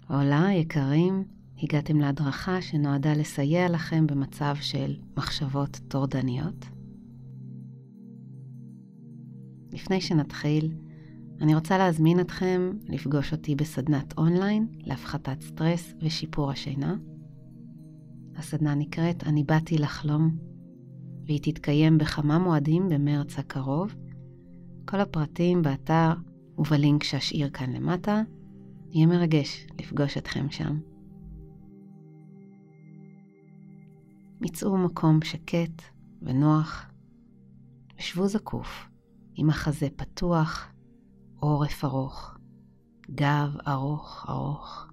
הולה, יקרים, הגעתם להדרכה שנועדה לסייע לכם במצב של מחשבות טורדניות. לפני שנתחיל, אני רוצה להזמין אתכם לפגוש אותי בסדנת אונליין להפחתת סטרס ושיפור השינה. הסדנה נקראת אני באתי לחלום, והיא תתקיים בכמה מועדים במרץ הקרוב. כל הפרטים באתר ובלינק שאשאיר כאן למטה. יהיה מרגש לפגוש אתכם שם. מצאו מקום שקט ונוח, ושבו זקוף עם החזה פתוח, עורף ארוך, גב ארוך.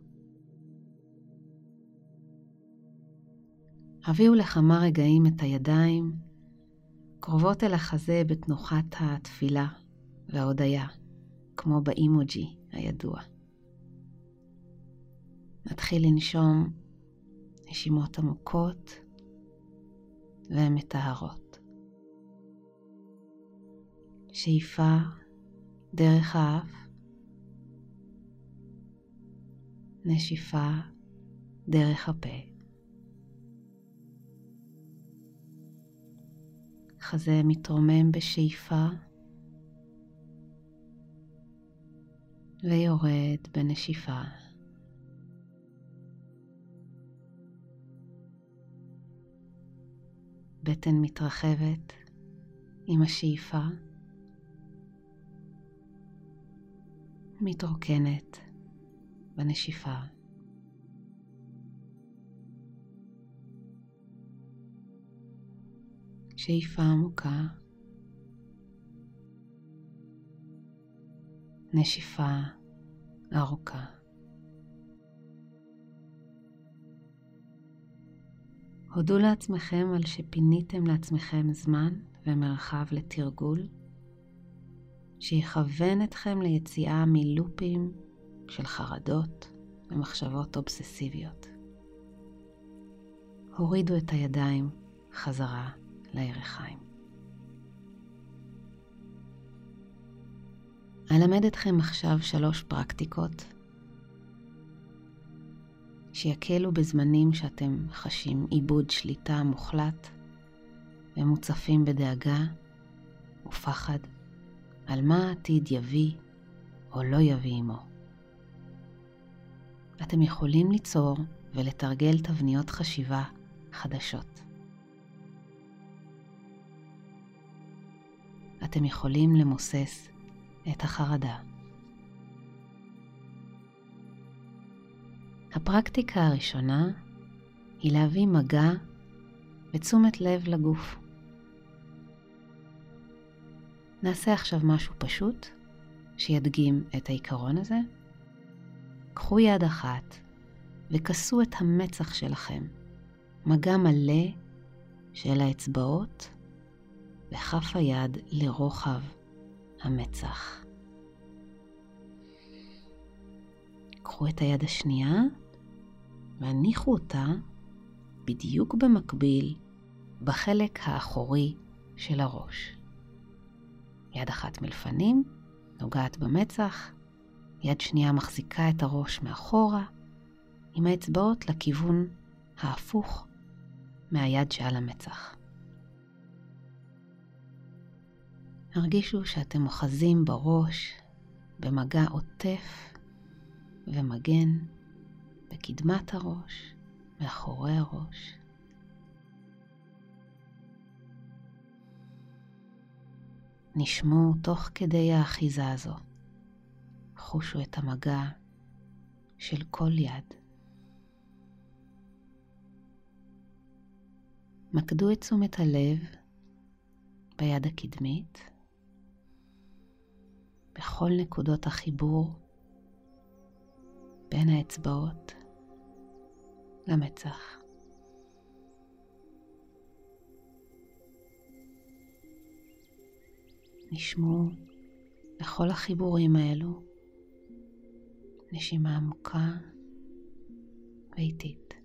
הביאו לכמה רגעים את הידיים קרובות אל החזה בתנוחת התפילה וההודיה, כמו באימוג'י הידוע. נתחיל לנשום נשימות עמוקות ומטהרות. שאיפה דרך האף, נשיפה דרך הפה. חזה מתרומם בשאיפה ויורד בנשיפה. בטן מתרחבת עם השאיפה, מתרוקנת בנשיפה. שאיפה עמוקה, נשיפה ארוכה. הודו לעצמכם על שפיניתם לעצמכם זמן ומרחב לתרגול, שיכוון אתכם ליציאה מלופים של חרדות ומחשבות אובססיביות. הורידו את הידיים חזרה לירכיים. אלמד אתכם עכשיו 3 פרקטיקות שיקלו בזמנים שאתם חשים איבוד שליטה מוחלט ומוצפים בדאגה ופחד על מה העתיד יביא או לא יביא עמו. אתם יכולים ליצור ולתרגל תבניות חשיבה חדשות. אתם יכולים למוסס את החרדה. הפרקטיקה הראשונה היא להביא מגע ותשומת לב לגוף. נעשה עכשיו משהו פשוט שידגים את העיקרון הזה. קחו יד אחת וכסו את המצח שלכם, מגע מלא של האצבעות וכף היד לרוחב המצח. קחו את היד השנייה והניחו אותה בדיוק במקביל בחלק האחורי של הראש. יד אחת מלפנים, נוגעת במצח, יד שנייה מחזיקה את הראש מאחורה, עם האצבעות לכיוון ההפוך מהיד שעל המצח. הרגישו שאתם מוחזים בראש במגע עוטף ומגן בקדמת הראש, מאחורי הראש. נשמו תוך כדי האחיזה הזו. חושו את המגע של כל יד. מקדו את תשומת הלב ביד הקדמית, בכל נקודות החיבור בין האצבעות למצח. נשמו לכל החיבורים האלו נשימה עמוקה ואיטית.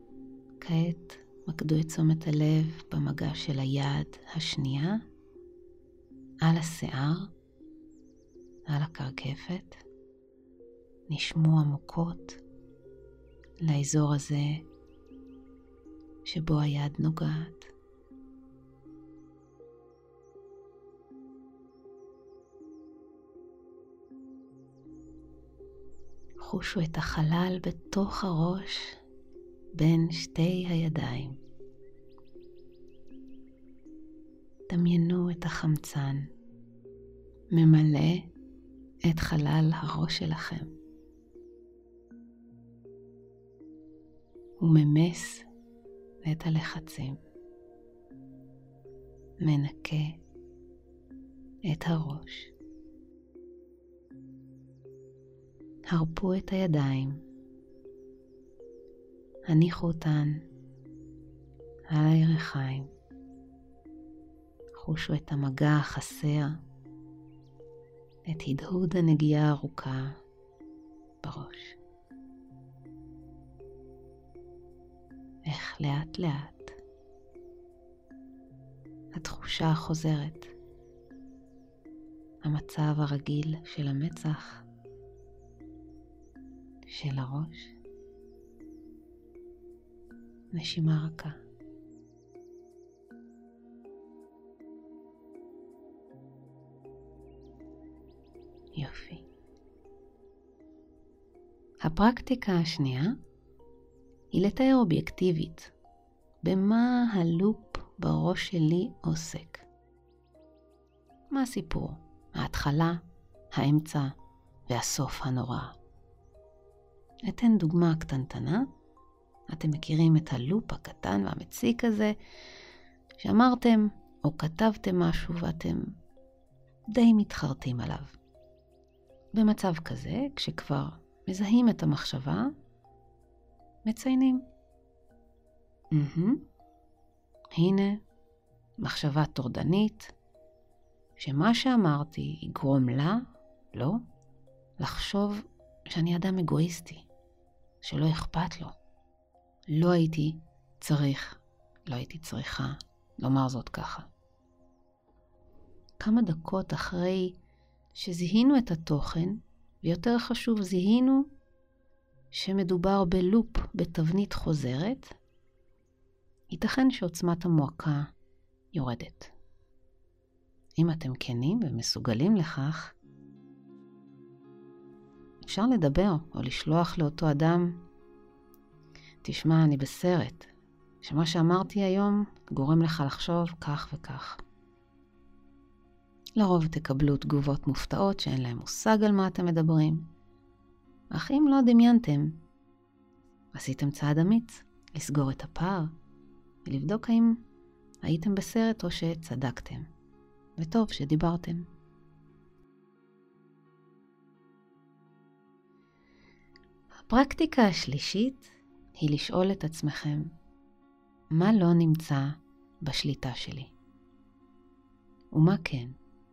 כעת מקדו את תשומת הלב במגע של היד השנייה על השיער, על הקרקפת, נשמו עמוקות לאזור הזה שבו היד נוגעת. חושו את החלל בתוך הראש בין שתי הידיים. דמיינו את החמצן ממלא את חלל הראש שלכם. הוא ממס את הלחצים. מנקה את הראש. הרפו את הידיים. הניחו אותן על הירכיים. חושו את המגע החסר, את הדהוד הנגיעה הארוכה בראש. איך לאט לאט התחושה חוזרת. המצב הרגיל של המצח, של הראש. נשימה רכה. יופי. הפרקטיקה השנייה היא לתאר אובייקטיבית במה הלופ בראש שלי עוסק. מה הסיפור? ההתחלה, האמצע והסוף הנורא. אתן דוגמה קטנטנה. אתם מכירים את הלופ הקטן והמציק הזה שאמרתם או כתבתם משהו ואתם די מתחרטים עליו. במצב כזה, כשכבר מזהים את המחשבה, מציינים. הנה, מחשבה טורדנית, שמה שאמרתי יגרום לה, לא, לחשוב שאני אדם אגואיסטי, שלא אכפת לו. לא הייתי צריכה לומר זאת ככה. כמה דקות אחרי שזיהינו את התוכן, ויותר חשוב זיהינו שמדובר בלופ, בתבנית חוזרת, ייתכן שעוצמת המועקה יורדת. אם אתם כנים ומסוגלים לכך, אפשר לדבר או לשלוח לאותו אדם, תשמע, אני בסרט, שמה שאמרתי היום גורם לך לחשוב כך וכך. לרוב תקבלו תגובות מופתעות שאין להם מושג על מה אתם מדברים. אך אם לא דמיינתם, עשיתם צעד אמיץ לסגור את הפער ולבדוק האם הייתם בסרט או שצדקתם. וטוב שדיברתם. הפרקטיקה השלישית היא לשאול את עצמכם, מה לא נמצא בשליטה שלי? ומה כן?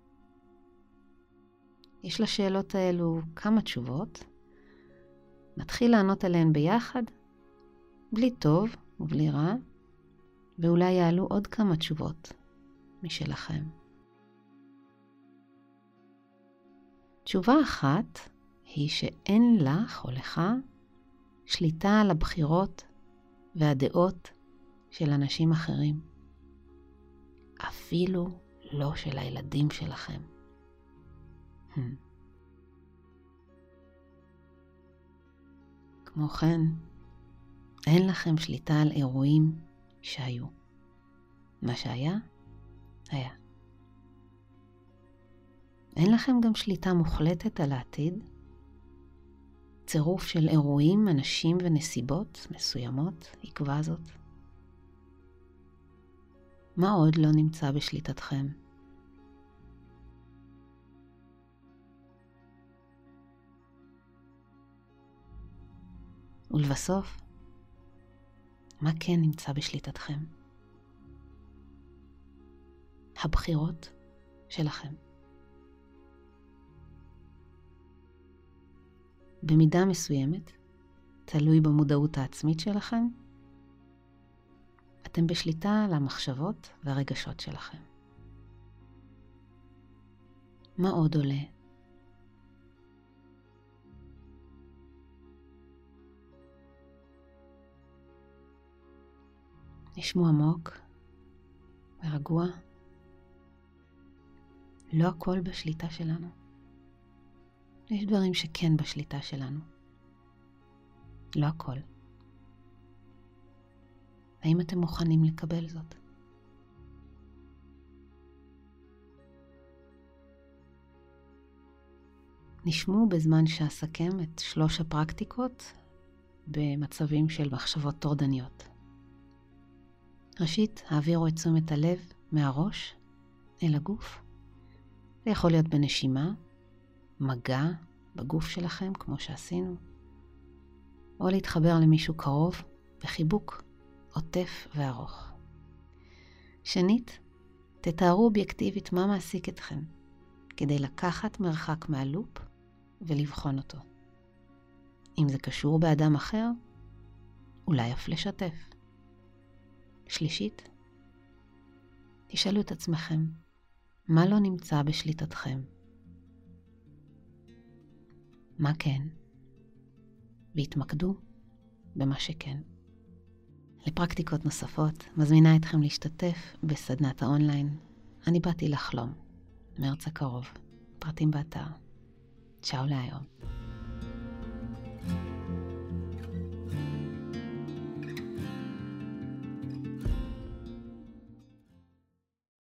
יש לשאלות האלו כמה תשובות. נתחיל לענות עליהן ביחד, בלי טוב ובלי רע, ואולי יעלו עוד כמה תשובות משלכם. תשובה אחת היא שאין לך או לך שליטה על הבחירות והדעות של אנשים אחרים. אפילו לא של הילדים שלכם. כמו כן, אין לכם שליטה על אירועים שהיו. מה שהיה, היה. אין לכם גם שליטה מוחלטת על העתיד. צירוף של אירועים, אנשים ונסיבות מסוימות יקבע זאת. מה עוד לא נמצא בשליטתכם? ולבסוף, מה כן נמצא בשליטתכם? הבחירות שלכם. במידה מסוימת, תלוי במודעות העצמית שלכם, אתם בשליטה על המחשבות והרגשות שלכם. מה עוד עולה? נשמו עמוק ורגוע. לא הכל בשליטה שלנו. יש דברים שכן בשליטה שלנו. לא הכל. האם אתם מוכנים לקבל זאת? נשמו בזמן שאסכם את 3 הפרקטיקות במצבים של מחשבות טורדניות. ראשית, העבירו את תשומת הלב מהראש אל הגוף. זה יכול להיות בנשימה, מגע בגוף שלכם כמו שעשינו, או להתחבר למישהו קרוב בחיבוק עוטף וארוך. שנית, תתארו אובייקטיבית מה מעסיק אתכם, כדי לקחת מרחק מהלופ ולבחון אותו. אם זה קשור באדם אחר, אולי אף לשתף. שלישית, תשאלו את עצמכם, מה לא נמצא בשליטתכם? מה כן? והתמקדו במה שכן. לפרקטיקות נוספות, מזמינה אתכם להשתתף בסדנת האונליין. אני באתי לחלום, מרץ הקרוב. פרטים באתר. צ'או להיום.